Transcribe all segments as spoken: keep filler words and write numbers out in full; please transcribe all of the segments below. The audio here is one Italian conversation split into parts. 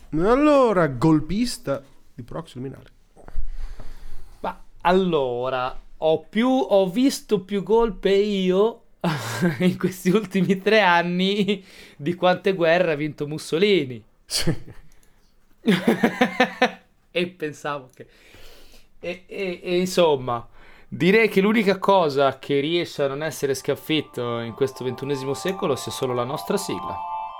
Allora, golpista di proxy luminare. Ma allora, ho più ho visto più golpe io in questi ultimi tre anni di quante guerre ha vinto Mussolini. Sì. E pensavo che e, e, e insomma, direi che l'unica cosa che riesce a non essere sconfitto in questo ventunesimo secolo sia solo la nostra sigla.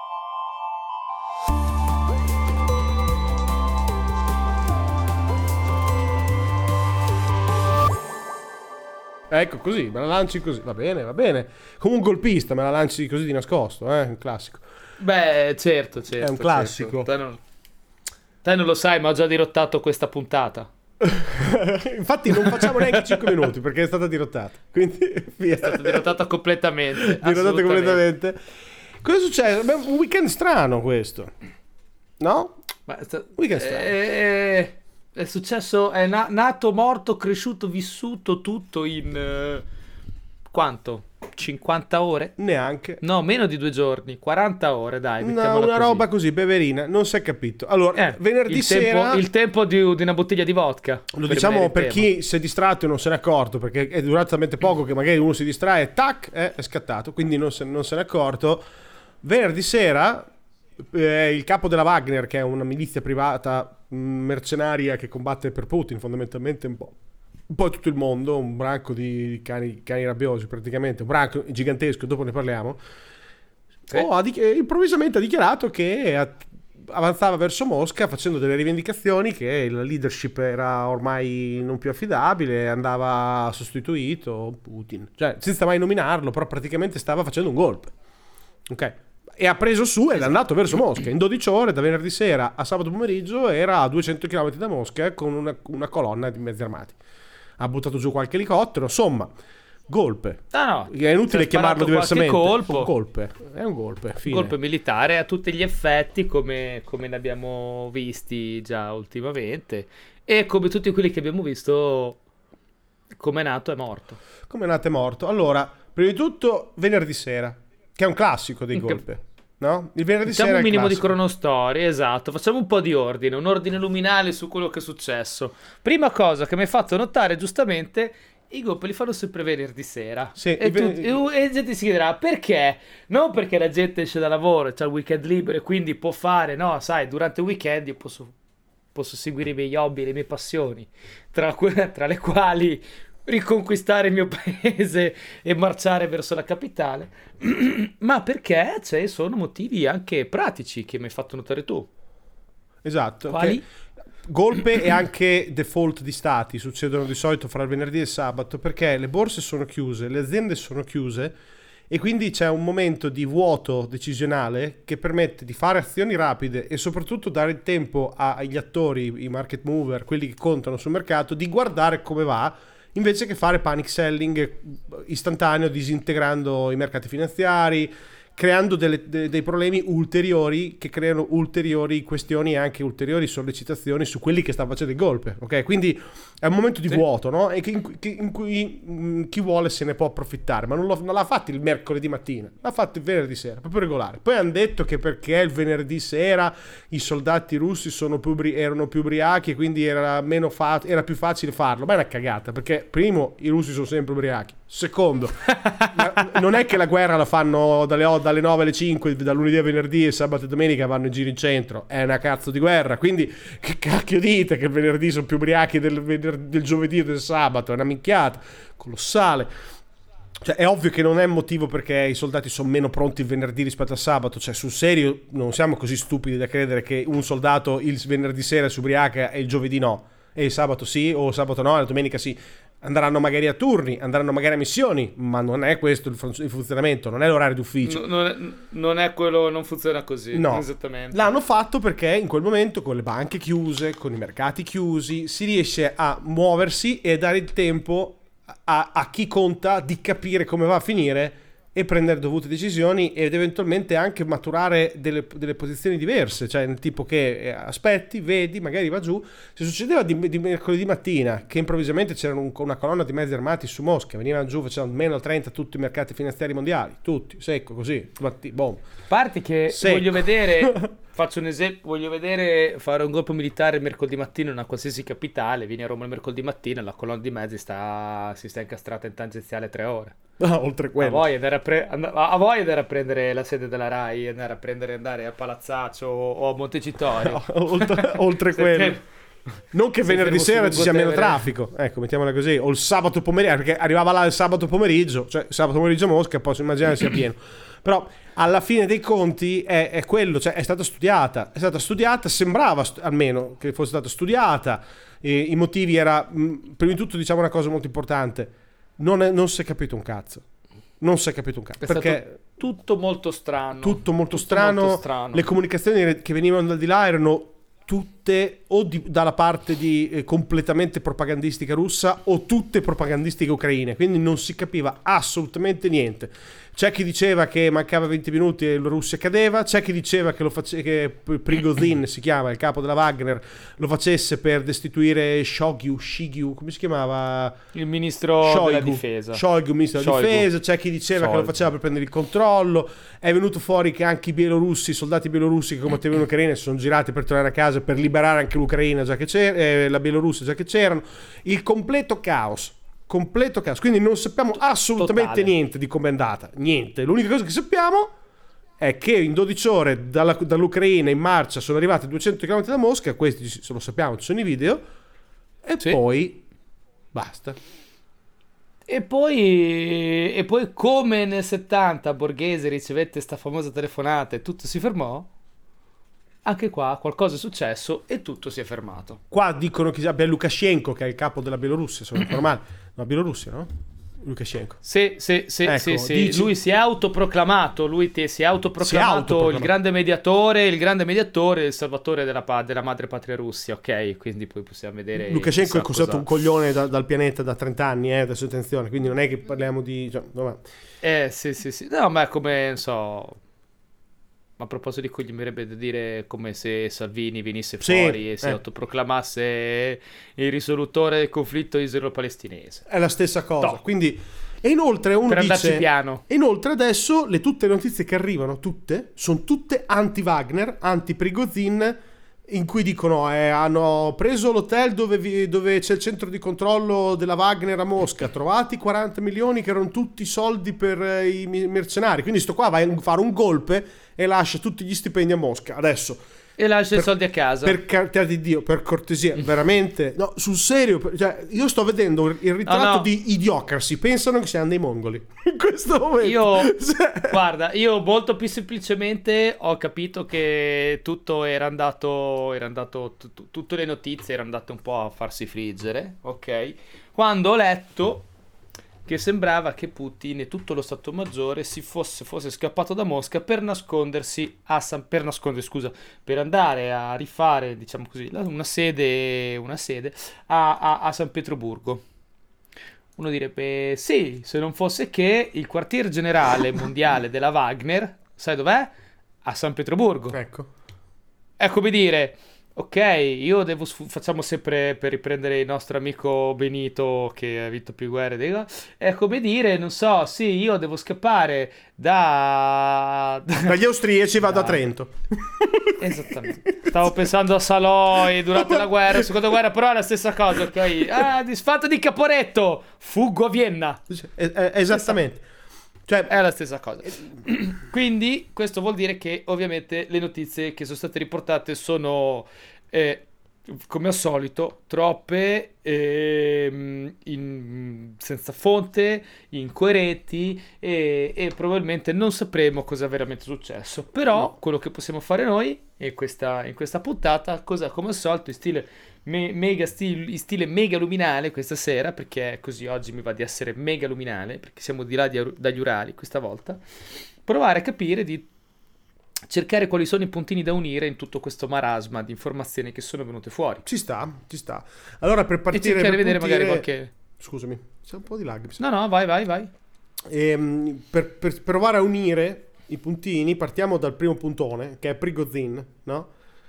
Ecco, così, me la lanci così, va bene, va bene. Come un golpista, me la lanci così di nascosto, eh, un classico. Beh, certo, certo. È un classico. Certo. Te, non, te non lo sai, ma ho già dirottato questa puntata. Infatti non facciamo neanche cinque minuti perché è stata dirottata. Quindi via. È stata dirottata completamente. Dirottata completamente. Cosa è successo? Beh, un weekend strano questo. No? Ma è sta- Weekend strano. È, è successo, è na- nato, morto, cresciuto, vissuto tutto in eh, quanto? cinquanta ore? Neanche. No, meno di due giorni, quaranta ore, dai. No, mettiamola una così. roba così, beverina, non si è capito. Allora, Eh, venerdì il sera tempo, il tempo di, di una bottiglia di vodka. lo per diciamo bere per il tema. chi si è distratto e non se n'è accorto, perché è durato talmente poco che magari uno si distrae, tac, eh, è scattato, quindi non se, non se n'è accorto. Venerdì sera eh, il capo della Wagner, che è una milizia privata mh, mercenaria che combatte per Putin fondamentalmente un po', un po' tutto il mondo, un branco di cani, cani rabbiosi praticamente, un branco gigantesco, dopo ne parliamo. Sì. Oh, ha di- improvvisamente ha dichiarato che a- avanzava verso Mosca facendo delle rivendicazioni che la leadership era ormai non più affidabile, andava sostituito Putin, cioè senza mai nominarlo, però praticamente stava facendo un golpe, ok? E ha preso su ed è andato verso Mosca in dodici ore, da venerdì sera a sabato pomeriggio era a duecento chilometri da Mosca con una, una colonna di mezzi armati. Ha buttato giù qualche elicottero, insomma, golpe. Ah, no. È inutile Si è chiamarlo sparato diversamente. qualche colpo. Un golpe, è un golpe. Fine. Colpo militare a tutti gli effetti, come, come ne abbiamo visti già ultimamente, e come tutti quelli che abbiamo visto, come è nato è morto. Come è nato è morto. Allora, prima di tutto, venerdì sera, che è un classico dei Che- golpe, no? Il venerdì Facciamo sera un è minimo di classico. cronostoria, esatto. Facciamo un po' di ordine, un ordine luminale su quello che è successo. Prima cosa che mi hai fatto notare, giustamente, i golpe li fanno sempre venerdì sera. Sì, e, i ven- tutti- e la gente si chiederà perché? Non perché la gente esce da lavoro, c'ha il weekend libero e quindi può fare, no, sai, durante il weekend io posso, posso seguire i miei hobby, le mie passioni, tra, que- tra le quali riconquistare il mio paese e marciare verso la capitale, ma perché ci sono motivi anche pratici che mi hai fatto notare tu. Esatto. Quali? che golpe e anche default di stati succedono di solito fra il venerdì e il sabato perché le borse sono chiuse, le aziende sono chiuse e quindi c'è un momento di vuoto decisionale che permette di fare azioni rapide e soprattutto dare il tempo agli attori, i market mover, quelli che contano sul mercato, di guardare come va invece che fare panic selling istantaneo disintegrando i mercati finanziari, creando delle- de- dei problemi ulteriori che creano ulteriori questioni e anche ulteriori sollecitazioni su quelli che stanno facendo il golpe, ok? Quindi è un momento di Sì. vuoto, no? E che in, cui- che- in cui mh, chi vuole se ne può approfittare, ma non, lo- non l'ha fatto il mercoledì mattina, l'ha fatto il venerdì sera, proprio regolare. Poi hanno detto che perché il venerdì sera i soldati russi sono più ubri- erano più ubriachi e quindi era, meno fa- era più facile farlo, ma è una cagata, perché primo i russi sono sempre ubriachi, secondo ma non è che la guerra la fanno dalle, o- dalle nove alle cinque, da lunedì a venerdì e sabato e domenica vanno in giro in centro, è una cazzo di guerra, quindi che cacchio dite che il venerdì sono più ubriachi del, vener- del giovedì o del sabato, è una minchiata colossale. Cioè è ovvio che non è motivo perché i soldati sono meno pronti il venerdì rispetto al sabato, cioè sul serio non siamo così stupidi da credere che un soldato il venerdì sera si ubriaca e il giovedì no, e il sabato sì o il sabato no e la domenica sì. Andranno magari a turni, andranno magari a missioni, ma non è questo il, fun- il funzionamento, non è l'orario d'ufficio. No- non, è, non è quello, non funziona così. No, Esattamente. l'hanno fatto perché in quel momento con le banche chiuse, con i mercati chiusi, si riesce a muoversi e dare il tempo a, a chi conta di capire come va a finire e prendere dovute decisioni ed eventualmente anche maturare delle, delle posizioni diverse, cioè nel tipo che eh, aspetti, vedi, magari va giù. Se succedeva di, di mercoledì mattina che improvvisamente c'era un- una colonna di mezzi armati su Mosca, venivano giù, facevano meno al trenta tutti i mercati finanziari mondiali, tutti, secco così, matti, boom. Parti che Secco. voglio vedere faccio un esempio, voglio vedere fare un colpo militare il mercoledì mattina in una qualsiasi capitale, vieni a Roma il mercoledì mattina, la colonna di mezzi sta, si sta incastrata in tangenziale tre ore. Ah, oltre A quello. voi andare a, pre- and- a voi andare a prendere la sede della Rai, andare a prendere andare a Palazzaccio o a Montecitorio. oltre, oltre Se quello. fer- Non che se venerdì fermo sera su ci sia meno Lungotevere. traffico, ecco, mettiamola così, o il sabato pomeriggio, perché arrivava là il sabato pomeriggio, cioè il sabato pomeriggio a Mosca, posso immaginare sia pieno. Però alla fine dei conti è, è quello, cioè è stata studiata, è stata studiata, sembrava st- almeno che fosse stata studiata, e i motivi era, mh, prima di tutto diciamo una cosa molto importante, non, è- non si è capito un cazzo, non si è capito un cazzo, È perché stato tutto molto strano. tutto molto Tutto strano, molto strano. le comunicazioni che venivano da di là erano tutte o di- dalla parte di eh, completamente propagandistica russa o tutte propagandistiche ucraine, quindi non si capiva assolutamente niente. C'è chi diceva che mancava venti minuti e la Russia cadeva, c'è chi diceva che, lo face- che Prigozhin si chiama, il capo della Wagner, lo facesse per destituire Shoigu, Shigyu, come si chiamava? Il ministro della Shoigu, difesa. Shoigu, ministro della Shoigu. difesa, c'è chi diceva che lo Shoigu. faceva per prendere il controllo, è venuto fuori che anche i bielorussi, i soldati bielorussi che combattevano in Ucraina si sono girati per tornare a casa per liberare anche l'Ucraina già che c'era, eh, la Bielorussia già che c'erano, il completo caos, completo caos, quindi non sappiamo assolutamente Totale. niente di come è andata, niente, l'unica cosa che sappiamo è che in dodici ore dalla- dall'Ucraina in marcia sono arrivati duecento chilometri da Mosca, questi se lo sappiamo, ci sono i video, e Sì. poi basta. E poi, e poi come nel settanta Borghese ricevette sta famosa telefonata e tutto si fermò, anche qua qualcosa è successo e tutto si è fermato. Qua dicono che abbia Lukashenko, che è il capo della Bielorussia, se non ricordo male. No, Bielorussia, no? Lukashenko. Sì, sì, sì, Ecco, sì, sì. dici- Lui si è autoproclamato, lui ti- si è autoproclamato, Si è autoproclamato. il grande mediatore, il grande mediatore, il salvatore della, pa- della madre patria Russia, ok? Quindi poi possiamo vedere... Lukashenko è chissà considerato cosa- un coglione da- dal pianeta da trenta anni, eh, adesso attenzione, quindi non è che parliamo di... Cioè, vabbè. Eh, sì, sì, sì. No, ma è come, non so... Ma a proposito di cui gli verrebbe da dire come se Salvini venisse Sì, fuori e si eh. autoproclamasse il risolutore del conflitto israelo-palestinese. È la stessa cosa, No. quindi... E inoltre uno Per andarci dice... piano. E inoltre adesso le, tutte le notizie che arrivano, tutte, sono tutte anti-Wagner, anti-Prigozhin, in cui dicono eh, hanno preso l'hotel dove, vi- dove c'è il centro di controllo della Wagner a Mosca, trovati quaranta milioni che erano tutti soldi per eh, i mi- mercenari, quindi sto qua va a fare un golpe e lascia tutti gli stipendi a Mosca. Adesso, E lascia Per- i soldi a casa. per carità di Dio, per cortesia, veramente, no, sul serio, per- cioè, io sto vedendo il ritratto Ah, no. di Idiocracy, pensano che siano dei mongoli in questo momento. Io, Cioè, guarda, io molto più semplicemente ho capito che tutto era andato, era andato, tu- tu- tutte le notizie erano andate un po' a farsi friggere, ok? Quando ho letto che sembrava che Putin e tutto lo Stato Maggiore si fosse, fosse scappato da Mosca per nascondersi a San, per nascondersi, scusa, per andare a rifare, diciamo così, la- una sede, una sede a, a- a San Pietroburgo. Uno direbbe, sì, se non fosse che il quartier generale mondiale della Wagner, sai dov'è? A San Pietroburgo. ecco. È come dire, ok, io devo, sfu- facciamo sempre per riprendere il nostro amico Benito che ha vinto più guerre, dico, è come dire, non so, sì, io devo scappare da... Dagli austriaci vado a Da- Trento. Esattamente. Stavo pensando a Saloi durante la guerra, la seconda guerra, però è la stessa cosa, ok? Ah, disfatto di Caporetto, fuggo a Vienna. Eh, eh, esattamente. Cioè, È la stessa cosa. Quindi questo vuol dire che ovviamente le notizie che sono state riportate sono, eh, come al solito, troppe, ehm, in- senza fonte, incoerenti e, e probabilmente non sapremo cosa è veramente successo. Però quello che possiamo fare noi in questa, in questa puntata, cosa, come al solito, in stile me- mega stile, in stile mega luminale questa sera, perché così oggi mi va di essere mega luminale, perché siamo di là di- dagli Urali questa volta, provare a capire di cercare quali sono i puntini da unire in tutto questo marasma di informazioni che sono venute fuori. ci sta, ci sta. Allora, per E partire... cercare di per vedere magari puntire- qualche... Scusami, c'è un po' di lag. mi sa. No, no, vai, vai, vai. Ehm, per, per provare a unire i puntini, partiamo dal primo puntone, che è Prigozhin, no?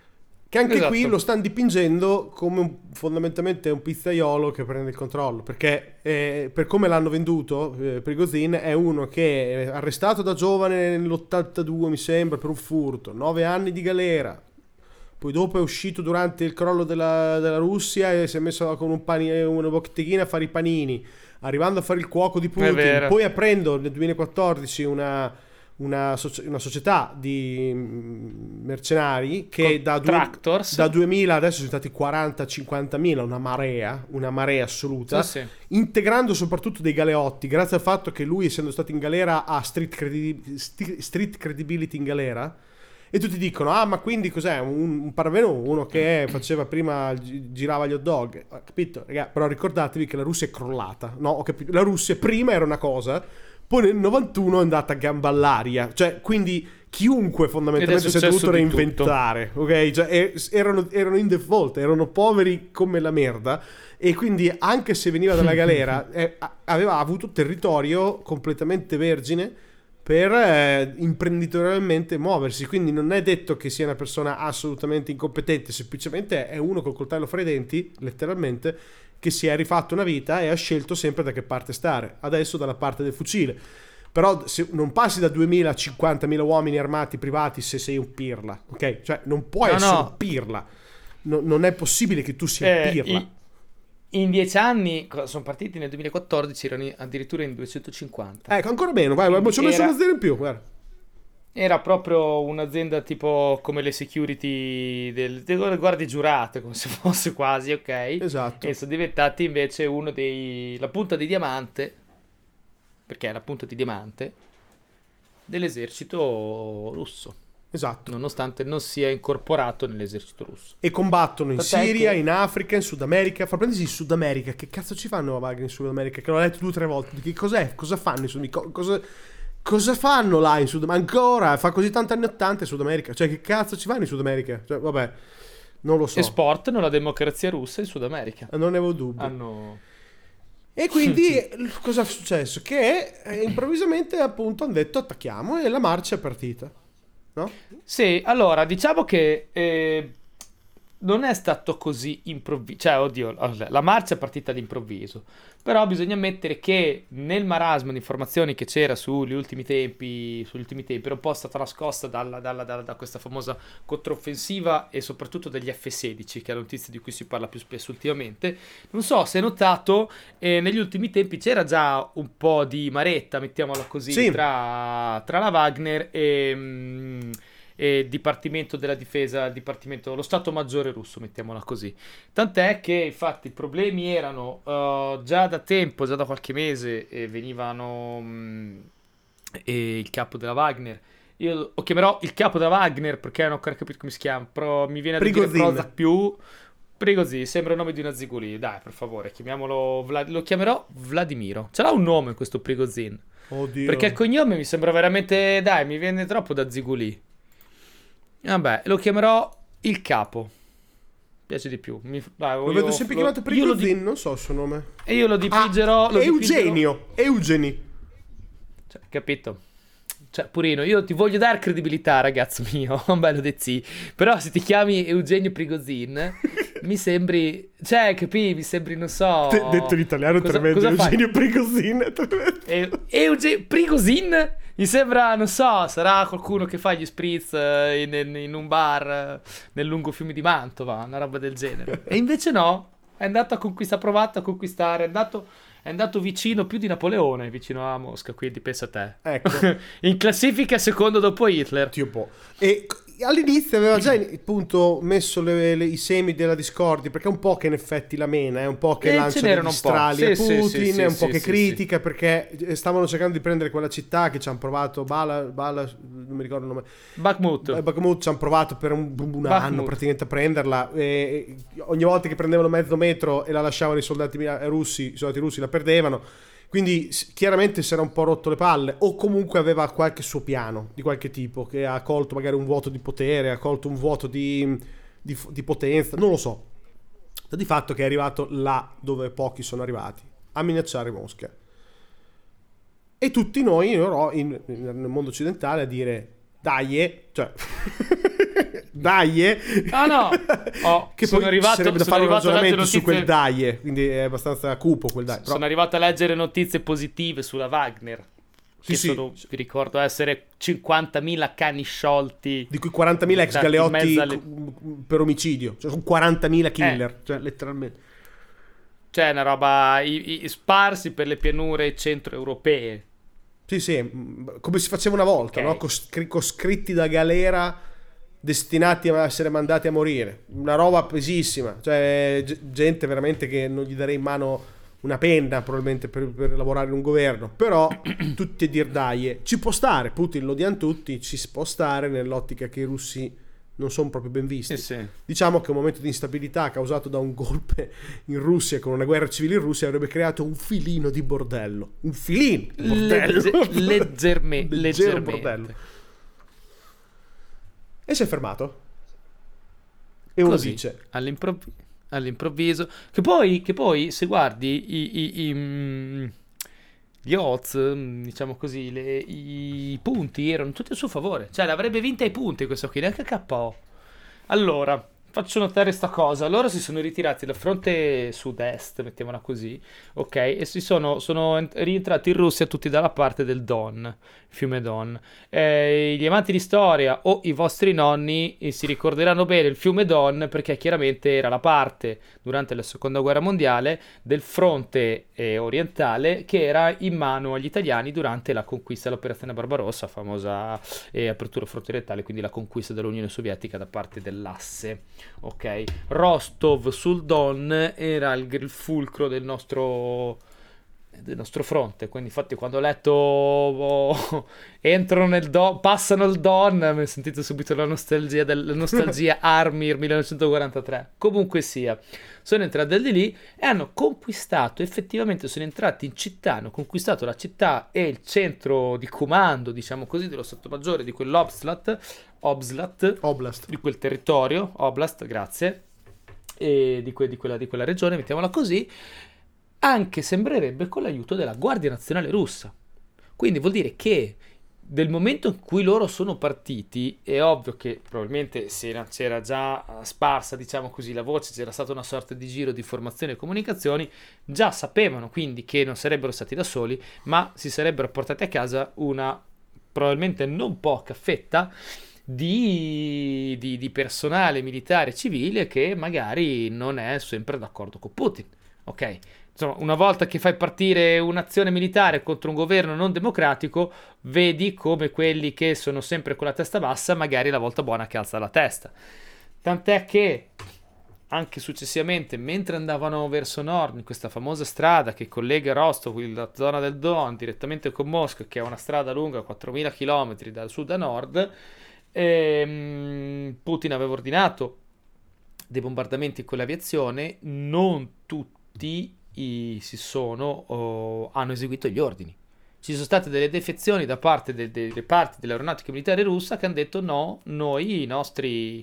Che anche Esatto. qui lo stanno dipingendo come un, fondamentalmente un pizzaiolo che prende il controllo, perché eh, per come l'hanno venduto, eh, Prigozhin è uno che è arrestato da giovane nell'ottantadue mi sembra per un furto, nove anni di galera, poi dopo è uscito durante il crollo della, della Russia e si è messo con un pani, una botteghina a fare i panini, arrivando a fare il cuoco di Putin, vero. poi aprendo nel duemilaquattordici una... Una, soci- una società di mm, mercenari che da, due- Contractors. da duemila adesso sono stati quaranta cinquanta mila, una marea, una marea assoluta, Sì, sì. integrando soprattutto dei galeotti, grazie al fatto che lui, essendo stato in galera, ha street, credi- sti- street credibility in galera. E tutti dicono, ah, ma quindi cos'è? Un, un parvenu, uno che faceva prima, gi- girava gli hot dog. Ho capito, raga, però ricordatevi che la Russia è crollata, no? Ho capito. La Russia prima era una cosa, poi nel novantuno è andata a gamba all'aria. Cioè, quindi chiunque fondamentalmente Ed è si è dovuto successo di reinventare, ok? Cioè, e- erano, erano in default, erano poveri come la merda. E quindi anche se veniva dalla galera, eh, a- aveva avuto territorio completamente vergine per eh, imprenditorialmente muoversi, quindi non è detto che sia una persona assolutamente incompetente, semplicemente è uno col coltello fra i denti, letteralmente, che si è rifatto una vita e ha scelto sempre da che parte stare, adesso dalla parte del fucile. Però se non passi da duemila a cinquantamila uomini armati privati se sei un pirla, ok? Cioè non puoi No, essere no. un pirla, No- non è possibile che tu sia Eh, un pirla. i- in dieci anni, co- sono partiti nel duemilaquattordici, erano in- addirittura in duecentocinquanta. Ecco, ancora meno, vai, Quindi ci ho messo era- una zero in più, guarda. Era proprio un'azienda tipo come le security del, delle guardie giurate, come se fosse quasi, ok? Esatto. E sono diventati invece uno dei... la punta di diamante, perché è la punta di diamante, dell'esercito russo, Esatto. nonostante non sia incorporato nell'esercito russo. E combattono in Tant'è Siria, che- in Africa, in Sud America. Fra parentesi, in Sud America, che cazzo ci fanno a Wagner in Sud America? Che l'ho letto due o tre volte. Che cos'è? Cosa fanno in Sud America? Cosa, cosa fanno là in Sud America? Ancora? Fa così tanti anni ottanta in Sud America. Cioè, che cazzo ci fanno in Sud America? Cioè, vabbè, non lo so. Esportano la democrazia russa in Sud America. Non ne avevo dubbi. Hanno... E quindi cosa è successo? Che eh, improvvisamente appunto hanno detto attacchiamo e la marcia è partita. No? Sì, allora, diciamo che eh, non è stato così improvviso, cioè, oddio, la marcia è partita all'improvviso, però bisogna ammettere che nel marasma di informazioni che c'era sugli ultimi tempi, sugli ultimi tempi, era un po' stata nascosta dalla, dalla- dalla- da questa famosa controffensiva e soprattutto degli F sedici, che è la notizia di cui si parla più spesso ultimamente. Non so se hai notato, eh, negli ultimi tempi c'era già un po' di maretta, mettiamola così, Sì. tra, tra la Wagner e... mm, e Dipartimento della Difesa, Dipartimento, lo Stato Maggiore russo, mettiamola così. Tant'è che infatti i problemi erano eh, già da tempo, già da qualche mese, e venivano mh, e il capo della Wagner. Io lo chiamerò il capo della Wagner perché non ho ancora capito come si chiama, però mi viene a dire Prigozhin. Prozac più. Prigozhin, sembra il nome di una ziguli. Dai, per favore, chiamiamolo Vla- lo chiamerò Vladimiro. Ce l'ha un nome questo Prigozhin? Oddio. Perché il cognome mi sembra veramente, dai, mi viene troppo da ziguli. Vabbè, lo chiamerò il capo. Piace di più. Mi, dai, Lo io- vedo sempre lo- chiamato io lo Prigozhin, di- non so il suo nome. E io lo dipingerò. Ah, lo dipingerò- Eugenio. Eugeni. Cioè, capito? Cioè, Purino, io ti voglio dare credibilità, ragazzo mio. Bello de zi. Però se ti chiami Eugenio Prigozhin, mi sembri. Cioè, capì? Mi sembri, non so. Te- detto in italiano è cosa- tremendo. cosa fai? Eugenio Prigozhin è tremendo. E- Euge- Prigozhin? Mi sembra, non so, sarà qualcuno che fa gli spritz eh, in, in un bar eh, nel lungo fiume di Mantova, una roba del genere. E invece no, è andato a conquistare, ha provato a conquistare, è andato, è andato vicino più di Napoleone, vicino a Mosca, quindi pensa a te. Ecco. In classifica secondo dopo Hitler. Dio boh. E c- all'inizio aveva già in- appunto messo le- le- i semi della discordia, perché è un po' che in effetti la mena, è un po' che Eh, lancia ce n'erano degli un po'. strali a Sì, sì, Putin, sì, è un sì, po' che sì, critica perché eh, stavano cercando di prendere quella città che ci hanno provato, Bala, Bala, non mi ricordo il nome, Bakhmut. Eh, Bakhmut, ci hanno provato per un, un anno Bakhmut. praticamente a prenderla, e, e ogni volta che prendevano mezzo metro e la lasciavano i soldati mia- russi, i soldati russi la perdevano. Quindi s- chiaramente si era un po' rotto le palle, o comunque aveva qualche suo piano di qualche tipo, che ha colto magari un vuoto di potere, ha colto un vuoto di, di, di potenza, non lo so. Sta di fatto che è arrivato là dove pochi sono arrivati, a minacciare Mosca. E tutti noi in Euro- in- in- nel mondo occidentale a dire, dai, eh, cioè, Dai, Ah no, oh, che sono poi arrivato, sarebbe da sono fare un arrivato a leggere ragionamento su notizie, quel dai, quindi è abbastanza cupo quel dai. Però... sono arrivato a leggere notizie positive sulla Wagner, Sì, che sì. sono, vi ricordo essere cinquantamila cani sciolti, Di cui quarantamila ex dati in galeotti mezzo alle- co- per omicidio, cioè sono quarantamila killer, cioè letteralmente. cioè una roba i, i- sparsi per le pianure centroeuropee. Sì, sì, mh, come si faceva una volta, Ok. no? Coscri- coscritti da galera, destinati a essere mandati a morire. Una roba pesissima, cioè g- gente veramente che non gli darei in mano una penna probabilmente per, per lavorare in un governo. Però tutti a dir dai, ci può stare, Putin lo odiano tutti, ci si può stare nell'ottica che i russi non sono proprio ben visti. Sì, sì. Diciamo che un momento di instabilità causato da un golpe in Russia, con una guerra civile in Russia, avrebbe creato un filino di bordello. Un filino di bordello. Legge- leggerme- Un leggero leggermente. bordello. E si è fermato. E uno Così, dice: all'improvvi- all'improvviso, che poi, che poi se guardi i, i- i, mm, gli odds, mm, diciamo così, le- i punti erano tutti a suo favore, cioè l'avrebbe vinta ai punti questo qui, neanche K O. Allora, faccio notare sta cosa, loro si sono ritirati dal fronte sud-est, mettiamola così, ok, e si sono, sono ent- rientrati in Russia tutti dalla parte del Don, fiume Don. Eh, gli amanti di storia o i vostri nonni eh, si ricorderanno bene il fiume Don, perché chiaramente era la parte durante la seconda guerra mondiale del fronte eh, orientale che era in mano agli italiani durante la conquista dell'operazione Barbarossa, famosa eh, apertura fronte orientale, quindi la conquista dell'Unione Sovietica da parte dell'asse. Ok, Rostov sul Don era il, il fulcro del nostro del nostro fronte, quindi infatti quando ho letto oh, entrano nel Don, passano il Don, mi ho sentito subito la nostalgia del la nostalgia Armir millenovecentoquarantatré. Comunque sia, sono entrati di lì e hanno conquistato, effettivamente sono entrati in città, hanno conquistato la città e il centro di comando, diciamo così, dello Stato Maggiore di quell'Obslat, Obslat, Oblast. di quel territorio, Oblast, grazie, e di, que- di quella, di quella regione, mettiamola così, anche sembrerebbe con l'aiuto della Guardia Nazionale russa. Quindi vuol dire che del momento in cui loro sono partiti, è ovvio che probabilmente se era- c'era già sparsa, diciamo così, la voce, c'era stata una sorta di giro di informazioni e comunicazioni, già sapevano quindi che non sarebbero stati da soli, ma si sarebbero portati a casa una probabilmente non poca fetta di, di, di personale militare e civile che magari non è sempre d'accordo con Putin. Ok? Insomma, una volta che fai partire un'azione militare contro un governo non democratico, vedi come quelli che sono sempre con la testa bassa, magari la volta buona che alza la testa. Tant'è che anche successivamente, mentre andavano verso nord, in questa famosa strada che collega Rostov, la zona del Don, direttamente con Mosca, che è una strada lunga quattromila chilometri dal sud a nord, ehm, Putin aveva ordinato dei bombardamenti con l'aviazione, non tutti i- si sono o hanno eseguito gli ordini. Ci sono state delle defezioni da parte de- dei reparti dell'aeronautica militare russa che hanno detto no, noi i nostri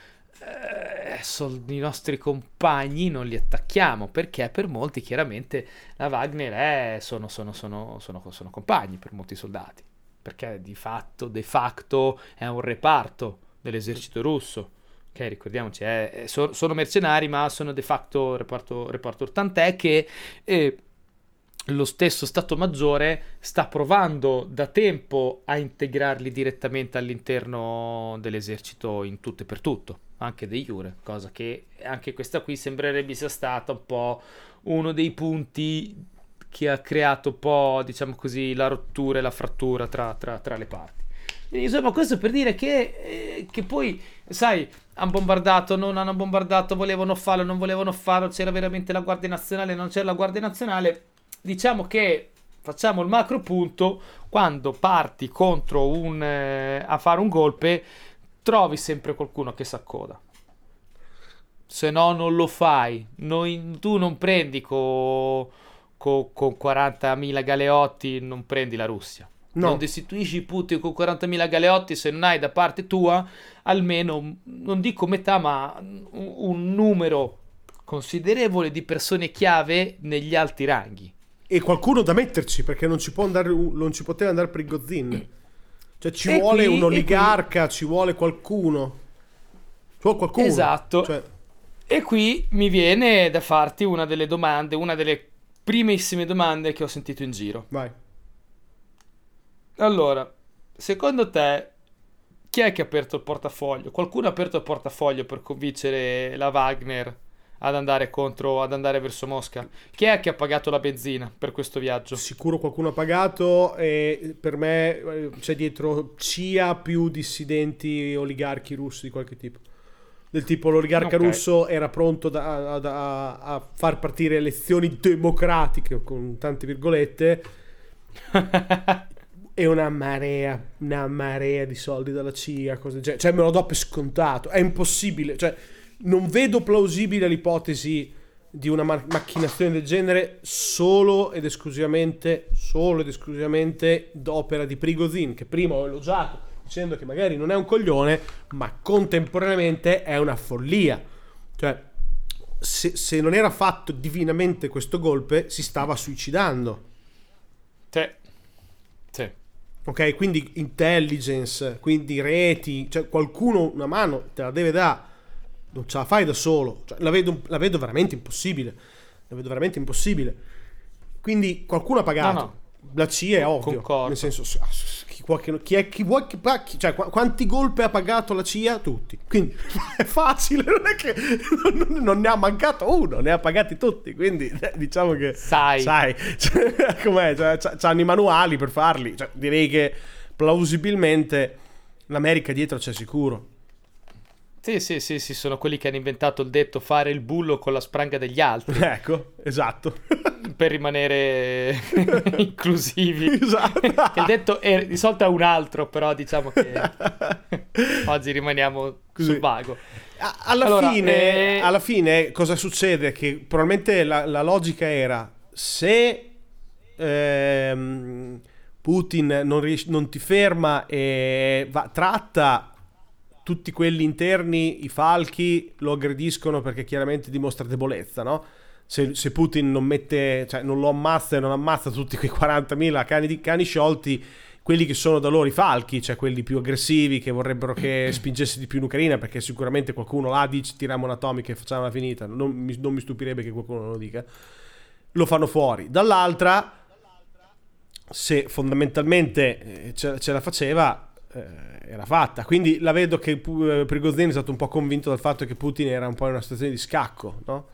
eh, sol- i nostri compagni non li attacchiamo, perché per molti chiaramente la Wagner è, sono, sono, sono, sono, sono compagni per molti soldati, perché di fatto, de facto è un reparto dell'esercito russo. Ok, ricordiamoci, è- è- so- sono mercenari, ma sono de facto reparto, reparto. Tant'è che eh, lo stesso Stato Maggiore sta provando da tempo a integrarli direttamente all'interno dell'esercito in tutto e per tutto, anche de jure, cosa che anche questa qui sembrerebbe sia stata un po' uno dei punti che ha creato un po', diciamo così, la rottura e la frattura tra, tra- tra le parti. Quindi, insomma, questo per dire che, eh, che poi, sai, hanno bombardato, non hanno bombardato, volevano farlo, non volevano farlo, c'era veramente la Guardia Nazionale, non c'era la Guardia Nazionale. Diciamo che facciamo il macro punto: quando parti contro un eh, a fare un golpe, trovi sempre qualcuno che si accoda. Se no non lo fai. Noi- tu non prendi co- co- con quarantamila galeotti, non prendi la Russia. No. Non destituisci Putin con quarantamila galeotti se non hai da parte tua almeno, non dico metà, ma un, un numero considerevole di persone chiave negli alti ranghi. E qualcuno da metterci, perché non ci può andare, non ci poteva andare Prigozhin. Cioè ci E vuole qui- un e oligarca, ci vuole qualcuno. O qualcuno. Esatto. Cioè... E qui mi viene da farti una delle domande, una delle primissime domande che ho sentito in giro. Vai. Allora, secondo te, chi è che ha aperto il portafoglio? Qualcuno ha aperto il portafoglio per convincere la Wagner ad andare contro, ad andare verso Mosca? Chi è che ha pagato la benzina per questo viaggio? Sicuro qualcuno ha pagato, e per me eh, c'è dietro C I A più dissidenti oligarchi russi di qualche tipo. Del tipo, l'oligarca Ok. russo era pronto da- da- a far partire elezioni democratiche, con tante virgolette, e una marea, una marea di soldi dalla C I A, cose del genere. Cioè, me lo do per scontato. È impossibile. Cioè, non vedo plausibile l'ipotesi di una ma- macchinazione del genere solo ed esclusivamente, solo ed esclusivamente d'opera di Prigozhin, che prima ho elogiato dicendo che magari non è un coglione, ma contemporaneamente è una follia. Cioè, se, se non era fatto divinamente questo golpe, si stava suicidando. Sì. Sì. Ok, quindi intelligence, quindi reti, cioè qualcuno una mano te la deve dare, non ce la fai da solo. Cioè, la vedo, la vedo veramente impossibile. La vedo veramente impossibile. Quindi qualcuno ha pagato. No, no. La C I A è ovvio. Concordo. Nel senso, chi, vuoi che- chi è chi vuoi che pa- chi- cioè, qu- quanti golpe ha pagato la C I A? Tutti. Quindi è facile, non è che non, non ne ha mancato uno, ne ha pagati tutti. Quindi eh, diciamo che Sai. sai cioè, com'è? Cioè, c'ha- c'hanno i manuali per farli. Cioè, direi che plausibilmente l'America dietro c'è sicuro. Sì, sì, sì, sì, sono quelli che hanno inventato il detto fare il bullo con la spranga degli altri Ecco, esatto. per rimanere inclusivi. Esatto. Il detto è, di solito è un altro, però diciamo che oggi rimaniamo Così. sul vago. A- Alla, Allora, fine, eh, alla fine cosa succede? Che probabilmente la, la logica era, se ehm, Putin non, ries- non ti ferma e va- tratta tutti quelli interni, i falchi lo aggrediscono perché chiaramente dimostra debolezza, no? Se, se Putin non mette, cioè non lo ammazza e non ammazza tutti quei quarantamila cani, di, cani sciolti, quelli che sono da loro i falchi, cioè quelli più aggressivi che vorrebbero che spingesse di più in Ucraina, perché sicuramente qualcuno là dice tiriamo un'atomica e facciamo la finita, non mi, non mi stupirebbe che qualcuno lo dica, lo fanno fuori. Dall'altra, se fondamentalmente eh, ce, ce la faceva, eh, era fatta. Quindi la vedo che Pu- Prigozhin è stato un po' convinto dal fatto che Putin era un po' in una situazione di scacco, no?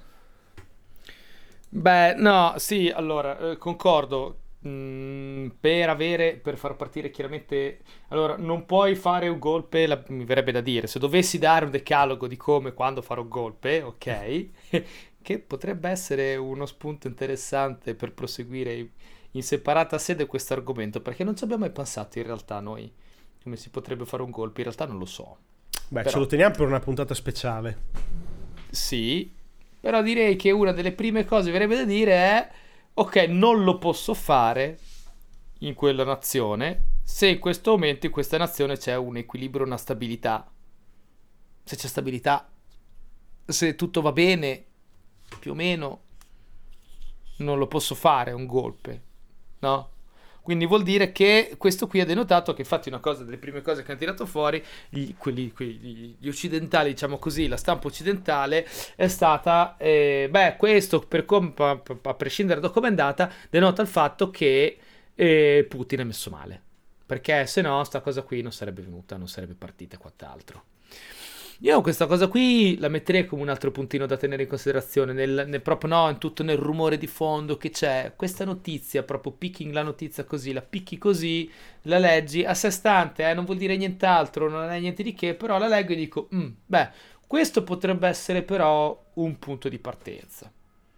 Beh, no, sì, allora, eh, concordo. Mm, per avere, per far partire chiaramente, allora, non puoi fare un golpe, la- mi verrebbe da dire, se dovessi dare un decalogo di come e quando fare un golpe, ok, che potrebbe essere uno spunto interessante per proseguire in separata sede questo argomento, perché non ci abbiamo mai pensato in realtà noi come si potrebbe fare un golpe, in realtà non lo so. Beh, Però- ce lo teniamo per una puntata speciale. Sì, però direi che una delle prime cose che verrebbe da dire è: ok, non lo posso fare in quella nazione se in questo momento in questa nazione c'è un equilibrio, una stabilità. Se c'è stabilità, se tutto va bene, più o meno, non lo posso fare un golpe, no? Quindi vuol dire che questo qui ha denotato che infatti una cosa delle prime cose che hanno tirato fuori gli, quelli, quelli- gli occidentali, diciamo così, la stampa occidentale è stata, eh, beh, questo per com- a, a prescindere da come è andata, denota il fatto che eh, Putin è messo male, perché se no sta cosa qui non sarebbe venuta, non sarebbe partita e quant'altro. Io questa cosa qui la metterei come un altro puntino da tenere in considerazione, nel, nel proprio no, in tutto nel rumore di fondo che c'è. Questa notizia, proprio picking la notizia così, la picchi così, la leggi a sé stante, eh, non vuol dire nient'altro, non è niente di che, però la leggo e dico, "Mm, beh, questo potrebbe essere però un punto di partenza."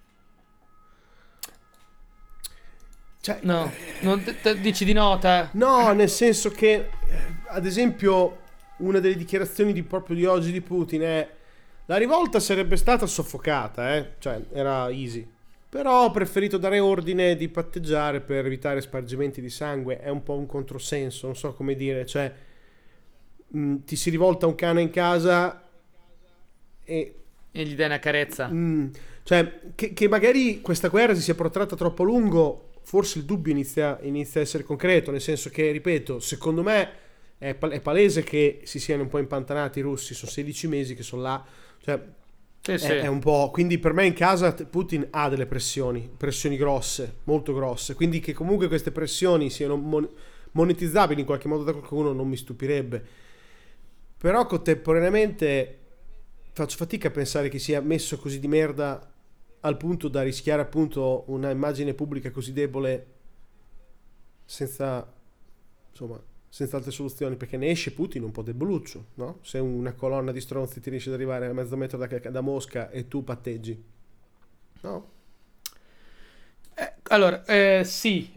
Cioè, No, non te- te- dici di no, te? no, nel senso che, eh, ad esempio, una delle dichiarazioni di proprio di oggi di Putin è: la rivolta sarebbe stata soffocata, eh? Cioè era easy, però ho preferito dare ordine di patteggiare per evitare spargimenti di sangue. È un po' un controsenso, non so come dire, cioè mh, ti si rivolta un cane in casa e E gli dai una carezza. Mm, cioè, che, che magari questa guerra si sia protratta troppo a lungo, forse il dubbio inizia, inizia a essere concreto, nel senso che, ripeto, secondo me è, pal- è palese che si siano un po' impantanati i russi, sono sedici mesi che sono là, cioè Sì, è, sì. è un po', quindi per me in casa t- Putin ha delle pressioni, pressioni grosse, molto grosse, quindi che comunque queste pressioni siano mon- monetizzabili in qualche modo da qualcuno non mi stupirebbe, però contemporaneamente faccio fatica a pensare che sia messo così di merda al punto da rischiare appunto una immagine pubblica così debole senza, insomma, senza altre soluzioni, perché ne esce Putin un po' deboluccio, no? Se una colonna di stronzi ti riesce ad arrivare a mezzo metro da, da Mosca e tu patteggi, no? Eh, allora, eh, sì,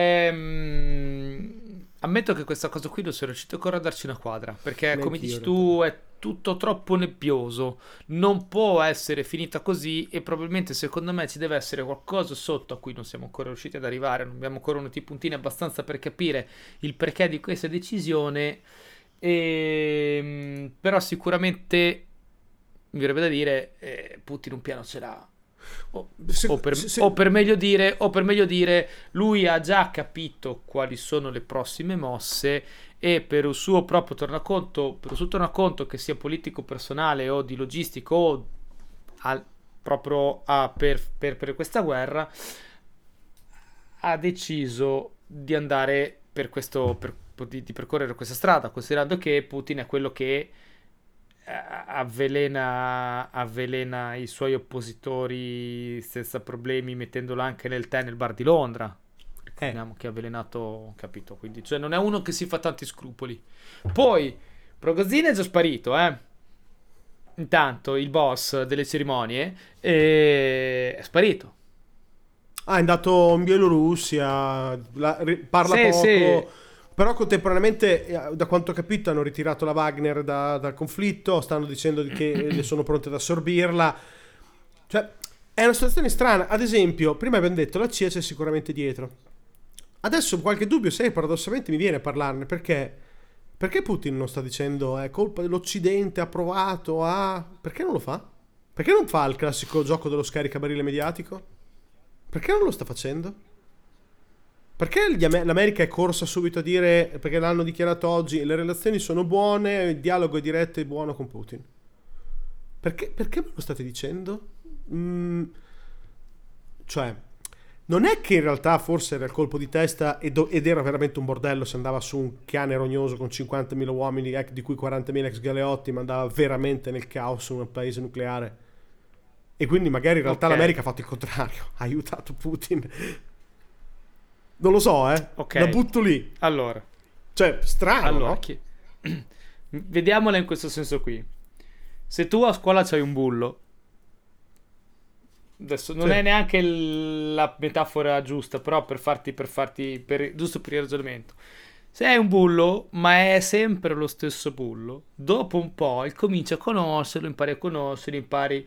ehm, ammetto che questa cosa qui non sono riuscito ancora a darci una quadra, perché come Neanch'io, dici in tu è tutto troppo nebbioso, non può essere finita così e probabilmente secondo me ci deve essere qualcosa sotto a cui non siamo ancora riusciti ad arrivare, non abbiamo ancora uno puntini abbastanza per capire il perché di questa decisione, e, però sicuramente mi verrebbe da dire eh, Putin un piano ce l'ha. O, Se- o per, se- se- o per meglio dire, o per meglio dire, lui ha già capito quali sono le prossime mosse e per il suo proprio tornaconto, per il suo tornaconto che sia politico, personale o di logistico o al- proprio a- per, per- per questa guerra, ha deciso di andare per questo, per- di, di percorrere questa strada, considerando che Putin è quello che eh, avvelena, avvelena i suoi oppositori senza problemi, mettendolo anche nel tè nel bar di Londra. eh, Ricordiamo che ha avvelenato, capito? Quindi, cioè, non è uno che si fa tanti scrupoli. Poi, Prigozhin è già sparito, eh. Intanto, il boss delle cerimonie eh, è sparito. ah, è andato in Bielorussia, la- ri- parla Sì, poco, sì. però contemporaneamente, eh, da quanto ho capito, hanno ritirato la Wagner da- dal conflitto, stanno dicendo che sono pronte ad assorbirla. Cioè, è una situazione strana. Ad esempio, prima abbiamo detto la C I A c'è sicuramente dietro. Adesso qualche dubbio, se paradossalmente mi viene a parlarne, perché perché Putin non sta dicendo è colpa dell'Occidente, ha provato a... Perché non lo fa? Perché non fa il classico gioco dello scaricabarile mediatico? Perché non lo sta facendo? Perché gli Am- l'America è corsa subito a dire, perché l'hanno dichiarato oggi, le relazioni sono buone, il dialogo è diretto e buono con Putin? Perché, perché me lo state dicendo? Mm, cioè, non è che in realtà forse era il colpo di testa ed, ed era veramente un bordello se andava su un cane rognoso con cinquantamila uomini, eh, di cui quarantamila ex galeotti, ma andava veramente nel caos in un paese nucleare. E quindi magari in realtà Ok. l'America ha fatto il contrario, ha aiutato Putin. Non lo so, eh. Ok. La butto lì. Allora, Cioè, strano, allora, no? chi- vediamola in questo senso qui. Se tu a scuola c'hai un bullo, adesso non Sì. è neanche l- la metafora giusta, però per farti, per farti, per- giusto per il ragionamento. Se hai un bullo, ma è sempre lo stesso bullo, dopo un po' cominci a conoscerlo, impari a conoscerlo, impari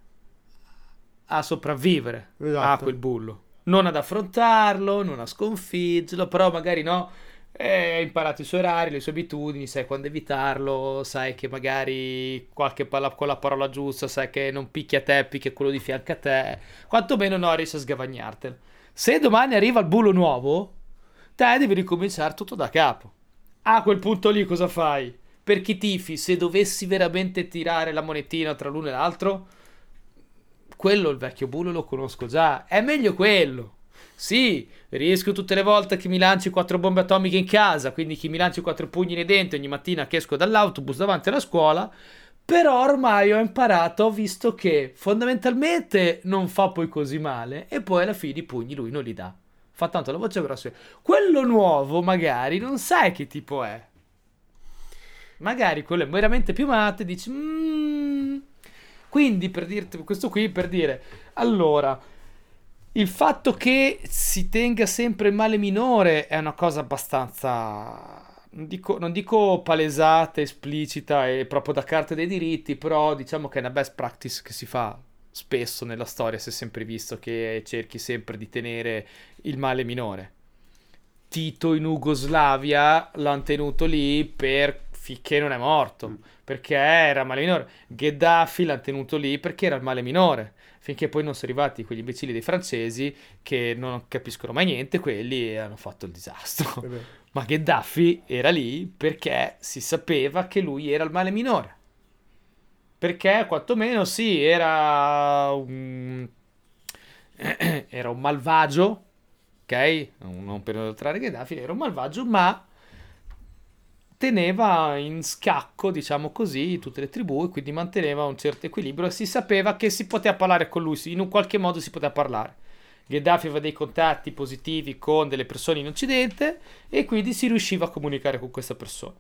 a sopravvivere a Esatto. quel bullo. Non ad affrontarlo, non a sconfiggerlo, però magari no, eh, hai imparato i suoi orari, le sue abitudini, sai quando evitarlo, sai che magari qualche palla con la parola giusta, sai che non picchia a te, picchia quello di fianco a te, quantomeno no, riesci a sgavagnartelo. Se domani arriva il bullo nuovo, te devi ricominciare tutto da capo. A quel punto lì cosa fai? Per chi tifi, se dovessi veramente tirare la monetina tra l'uno e l'altro, quello il vecchio bullo lo conosco già, è meglio quello. Sì, riesco tutte le volte che mi lanci quattro bombe atomiche in casa, quindi che mi lanci quattro pugni nei denti ogni mattina che esco dall'autobus davanti alla scuola, però ormai ho imparato, ho visto che fondamentalmente non fa poi così male e poi alla fine i pugni lui non li dà. Fa tanto la voce grossa. Quello nuovo magari non sai che tipo è. Magari quello è veramente più matte e dici... "Mm". Quindi per dirti questo qui, per dire... Allora, il fatto che si tenga sempre il male minore è una cosa abbastanza... Non dico, non dico palesata, esplicita e proprio da carta dei diritti, però diciamo che è una best practice che si fa spesso nella storia, si è sempre visto che cerchi sempre di tenere il male minore. Tito in Jugoslavia l'hanno tenuto lì per finché non è morto, perché era male minore. Gheddafi l'hanno tenuto lì perché era il male minore, finché poi non sono arrivati quegli imbecilli dei francesi che non capiscono mai niente, quelli hanno fatto il disastro. È vero. Ma Gheddafi era lì perché si sapeva che lui era il male minore. Perché quantomeno sì, era un, era un malvagio, ok? Non per oltrare Gheddafi, era un malvagio, ma teneva in scacco, diciamo così, tutte le tribù e quindi manteneva un certo equilibrio e si sapeva che si poteva parlare con lui, in un qualche modo si poteva parlare. Gheddafi aveva dei contatti positivi con delle persone in Occidente e quindi si riusciva a comunicare con questa persona.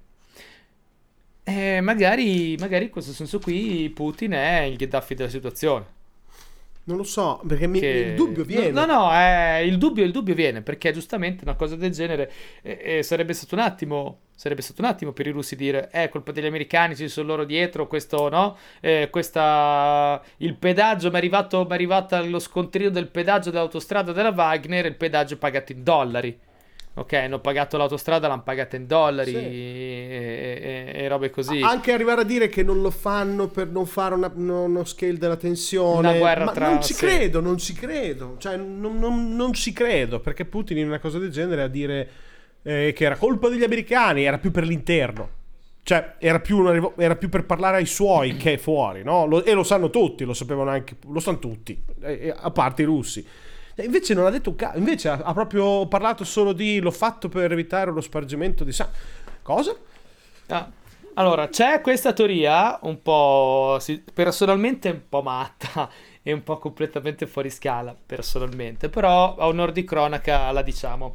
E magari, magari in questo senso qui Putin è il Gheddafi della situazione. Non lo so, perché mi- il dubbio Che... No, viene. no, no, eh, il dubbio, il dubbio viene perché giustamente una cosa del genere eh, eh, sarebbe stato un attimo, sarebbe stato un attimo per i russi dire è colpa degli americani, ci sono loro dietro, questo no, eh, questa, il pedaggio mi è arrivato, mi è arrivato lo scontrino del pedaggio dell'autostrada della Wagner, il pedaggio è pagato in dollari. Ok, hanno pagato l'autostrada, l'hanno pagata in dollari Sì. e, e- e robe così. Anche arrivare a dire che non lo fanno per non fare una- uno, uno scale della tensione. Una guerra Ma tra- non ci sì. credo, non ci credo. Cioè, non, non- non ci credo. Perché Putin in una cosa del genere a dire eh, che era colpa degli americani, era più per l'interno. Cioè, era più, una rivo- era più per parlare ai suoi che fuori, no? Lo- e lo sanno tutti, lo sapevano anche, lo sanno tutti, eh, eh, a parte i russi. E invece non ha detto un cazzo, invece ha, ha proprio parlato solo di l'ho fatto per evitare lo spargimento di sangue. Cosa? Ah, allora, c'è questa teoria un po' sì, personalmente un po' matta e un po' completamente fuori scala, personalmente, però a onor di cronaca la diciamo.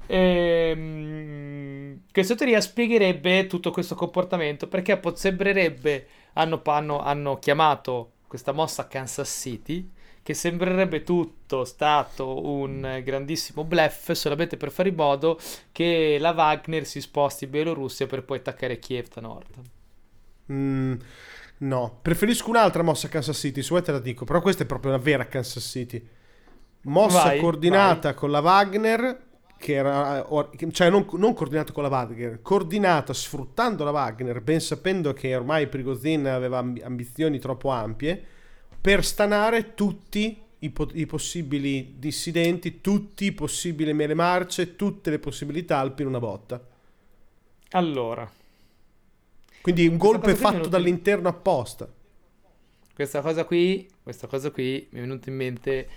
Ehm, questa teoria spiegherebbe tutto questo comportamento perché po- sembrerebbe hanno, hanno, hanno chiamato questa mossa Kansas City che sembrerebbe tutto stato un grandissimo bluff solamente per fare in modo che la Wagner si sposti in Bielorussia per poi attaccare Kiev da nord. Mm, no, preferisco un'altra mossa a Kansas City, se vuoi te la dico, però questa è proprio una vera Kansas City. Mossa Vai, coordinata con la Wagner, che era, or- che- cioè non, non coordinata con la Wagner, coordinata sfruttando la Wagner, ben sapendo che ormai Prigozhin aveva amb- ambizioni troppo ampie, per stanare tutti i, po- i possibili dissidenti, tutti i possibili mele marce, tutte le possibilità Alpi in una botta. Allora, Quindi un questa golpe cosa qui mi è fatto venuta in- dall'interno apposta. questa cosa qui, questa cosa qui mi è venuta in mente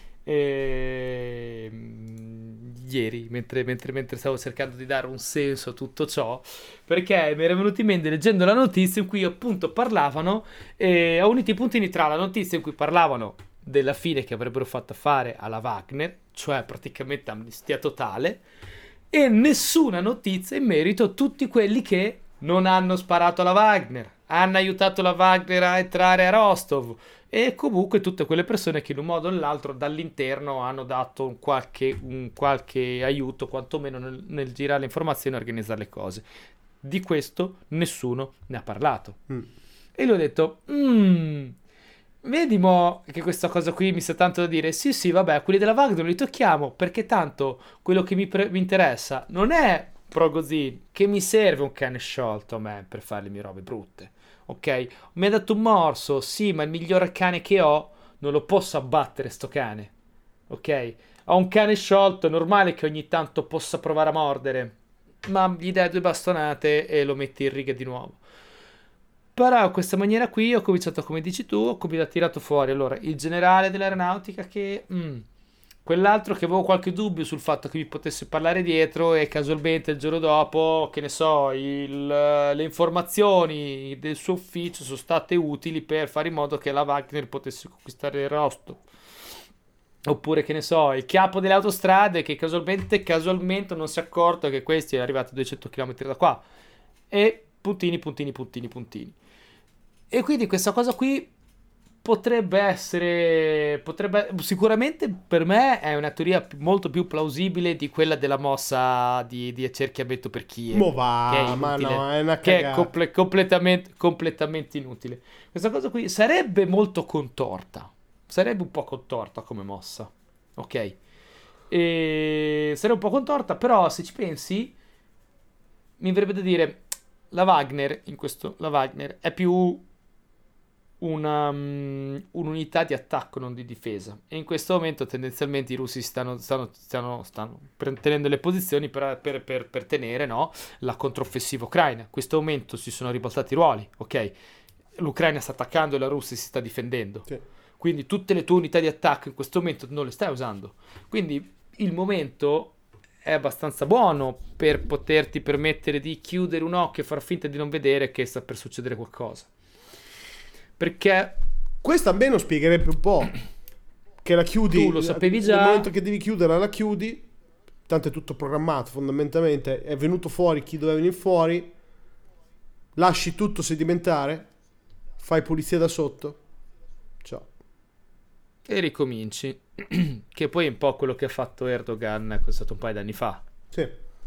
ehm, ieri, mentre, mentre- mentre stavo cercando di dare un senso a tutto ciò, perché mi era venuto in mente leggendo la notizia in cui appunto parlavano, e ho unito i puntini tra la notizia in cui parlavano della fine che avrebbero fatto fare alla Wagner, cioè praticamente amnistia totale, e nessuna notizia in merito a tutti quelli che non hanno sparato alla Wagner, hanno aiutato la Wagner a entrare a Rostov e comunque tutte quelle persone che in un modo o nell'altro dall'interno hanno dato un qualche, un qualche aiuto, quantomeno nel, nel girare le informazioni e organizzare le cose. Di questo nessuno ne ha parlato. Mm. E gli ho detto, "Mm, vedi mo che questa cosa qui mi sa tanto da dire, sì sì vabbè, quelli della Wagner li tocchiamo perché tanto quello che mi, pre- mi interessa non è Prigozhin, che mi serve un cane sciolto a me per fare le mie robe brutte, ok? Mi ha dato un morso, sì, ma il migliore cane che ho non lo posso abbattere sto cane, ok? Ho un cane sciolto, è normale che ogni tanto possa provare a mordere, ma gli dai due bastonate e lo metti in riga di nuovo. Però in questa maniera qui ho cominciato, come dici tu, ho cominciato tirato fuori allora il generale dell'aeronautica che mm, quell'altro che avevo qualche dubbio sul fatto che mi potesse parlare dietro e casualmente il giorno dopo, che ne so, il- le informazioni del suo ufficio sono state utili per fare in modo che la Wagner potesse conquistare il Rostov. Oppure, che ne so, il capo delle autostrade che casualmente, casualmente non si è accorto che questi è arrivato a duecento chilometri da qua. E puntini, puntini, puntini, puntini. E quindi questa cosa qui potrebbe essere, potrebbe, sicuramente per me è una teoria pi- molto più plausibile di quella della mossa di, di accerchiamento per Kiev, Mo che è va, ma inutile, no, è una che è cagata. comple- completamente, completamente inutile. Questa cosa qui sarebbe molto contorta, sarebbe un po' contorta come mossa, ok? E sarebbe un po' contorta, però se ci pensi, mi verrebbe da dire, la Wagner, in questo, la Wagner è più una, um, un'unità di attacco, non di difesa. E in questo momento tendenzialmente i russi stanno, stanno, stanno, stanno tenendo le posizioni per, per, per, per tenere, no, la controffensiva ucraina. In questo momento si sono ribaltati i ruoli, ok? L'Ucraina sta attaccando e la Russia si sta difendendo. Sì. Quindi tutte le tue unità di attacco in questo momento non le stai usando. Quindi il momento è abbastanza buono per poterti permettere di chiudere un occhio e far finta di non vedere che sta per succedere qualcosa. Perché questo almeno spiegherebbe un po' che la chiudi, tu lo sapevi già, nel momento che devi chiuderla la chiudi, tanto è tutto programmato fondamentalmente, è venuto fuori chi doveva venire fuori, lasci tutto sedimentare, fai pulizia da sotto, ciao, e ricominci. Che poi è un po' quello che ha fatto Erdogan, è stato un paio d'anni fa. Sì.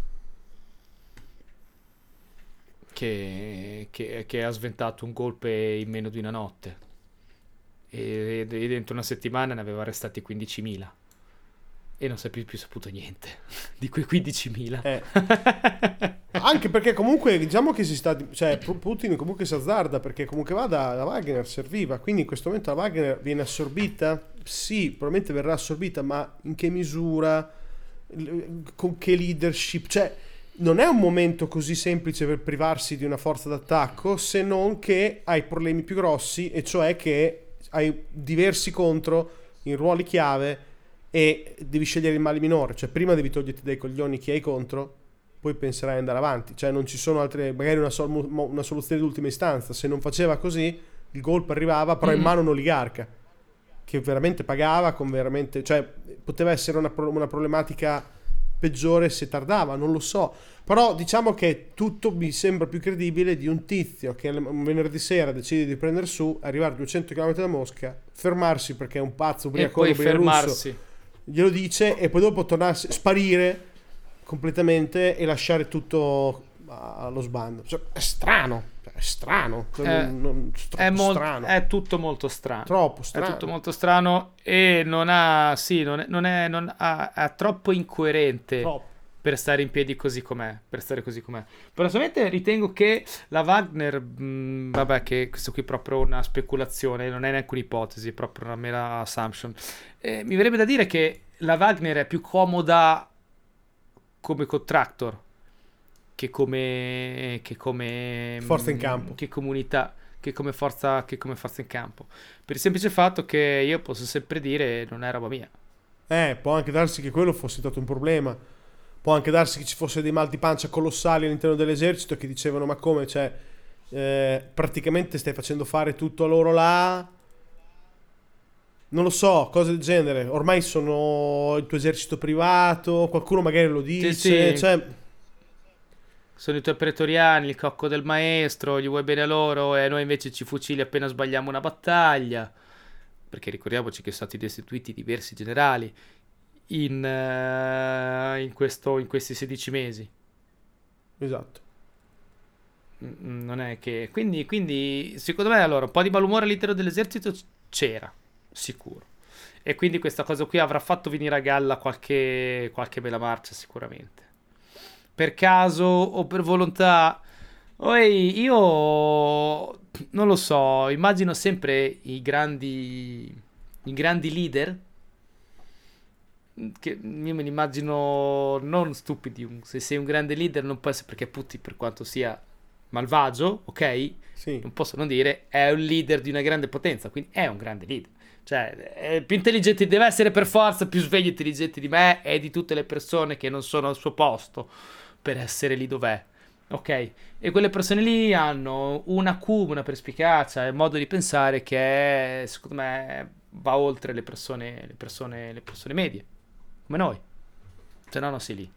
Che, che, che ha sventato un golpe in meno di una notte e, e dentro una settimana ne aveva arrestati quindicimila e non si è più, più saputo niente di quei quindicimila. Eh. Anche perché comunque diciamo che si sta, cioè Putin comunque si azzarda, perché comunque vada la Wagner serviva, quindi in questo momento la Wagner viene assorbita, sì, probabilmente verrà assorbita, ma in che misura, con che leadership, cioè non è un momento così semplice per privarsi di una forza d'attacco, se non che hai problemi più grossi, e cioè che hai diversi contro in ruoli chiave e devi scegliere il male minore. Cioè prima devi toglierti dai coglioni chi hai contro, poi penserai ad andare avanti. Cioè non ci sono altre, magari una, sol- una soluzione d'ultima istanza. Se non faceva così, il golpe arrivava però in mano un oligarca che veramente pagava con veramente, cioè poteva essere una, pro- una problematica peggiore se tardava, non lo so, però diciamo che tutto mi sembra più credibile di un tizio che un venerdì sera decide di prendere su, arrivare a duecento chilometri da Mosca, fermarsi perché è un pazzo ubriacone bielorusso, glielo dice, e poi dopo tornare, sparire completamente e lasciare tutto allo sbando. Cioè, è strano, è strano, è, non, non, è, molt, strano. È tutto molto strano, troppo strano, è tutto molto strano e non ha, sì, non è, non è, non ha, è troppo incoerente troppo. Per stare in piedi così com'è, per stare così com'è. Personalmente ritengo che la Wagner, mh, vabbè, che questo qui è proprio una speculazione, non è neanche un'ipotesi, è proprio una mera assumption. Eh, mi verrebbe da dire che la Wagner è più comoda come contractor che come che come forza in campo, che comunità, che come forza che come forza in campo, per il semplice fatto che io posso sempre dire non è roba mia. Eh, può anche darsi che quello fosse stato un problema. Può anche darsi che ci fosse dei mal di pancia colossali all'interno dell'esercito che dicevano ma come, cioè eh, praticamente stai facendo fare tutto a loro là, non lo so, cose del genere, ormai sono il tuo esercito privato, qualcuno magari lo dice, sì, sì. Cioè sono i tuoi pretoriani, il cocco del maestro, gli vuoi bene a loro e noi invece ci fucili appena sbagliamo una battaglia, perché ricordiamoci che sono stati destituiti diversi generali in, uh, in, questo, in questi sedici mesi. Esatto. Non è che quindi, quindi secondo me allora un po' di malumore all'interno dell'esercito c'era sicuro, e quindi questa cosa qui avrà fatto venire a galla qualche, qualche bella marcia sicuramente, per caso o per volontà. Poi io non lo so, immagino sempre i grandi i grandi leader che io me li immagino non stupidi. Se sei un grande leader non può essere, perché Putin, per quanto sia malvagio, ok, sì, non posso non dire è un leader di una grande potenza, quindi è un grande leader, cioè è più intelligente, deve essere per forza più sveglio e intelligente di me e di tutte le persone che non sono al suo posto per essere lì dov'è, ok? E quelle persone lì hanno una cuba, una perspicacia e un modo di pensare che è, secondo me va oltre le persone, le persone, le persone medie come noi, se no non sei lì.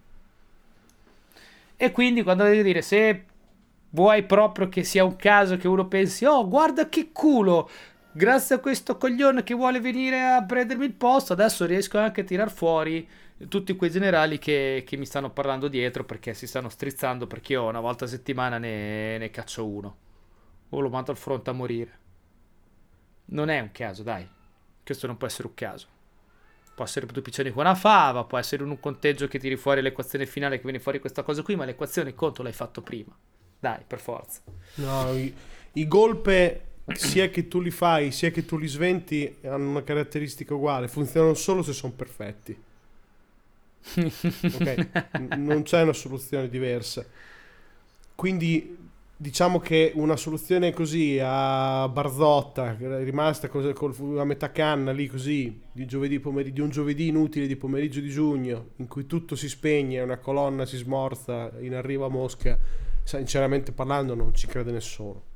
E quindi quando devo dire, se vuoi proprio che sia un caso che uno pensi oh guarda che culo, grazie a questo coglione che vuole venire a prendermi il posto adesso riesco anche a tirar fuori tutti quei generali che, che mi stanno parlando dietro perché si stanno strizzando perché io una volta a settimana ne, ne caccio uno o lo mando al fronte a morire. Non è un caso, dai, questo non può essere un caso. Può essere due piccioni con una fava, può essere un conteggio che tiri fuori l'equazione finale che viene fuori questa cosa qui, ma l'equazione, il conto l'hai fatto prima. Dai, per forza. No, i, i golpe sia che tu li fai sia che tu li sventi hanno una caratteristica uguale, funzionano solo se sono perfetti. Ok, non c'è una soluzione diversa. Quindi diciamo che una soluzione così a barzotta, che è rimasta cos- col- a metà canna lì così, di giovedì pomeri- di un giovedì inutile di pomeriggio di giugno, in cui tutto si spegne, una colonna si smorza in arrivo a Mosca, sinceramente parlando non ci crede nessuno.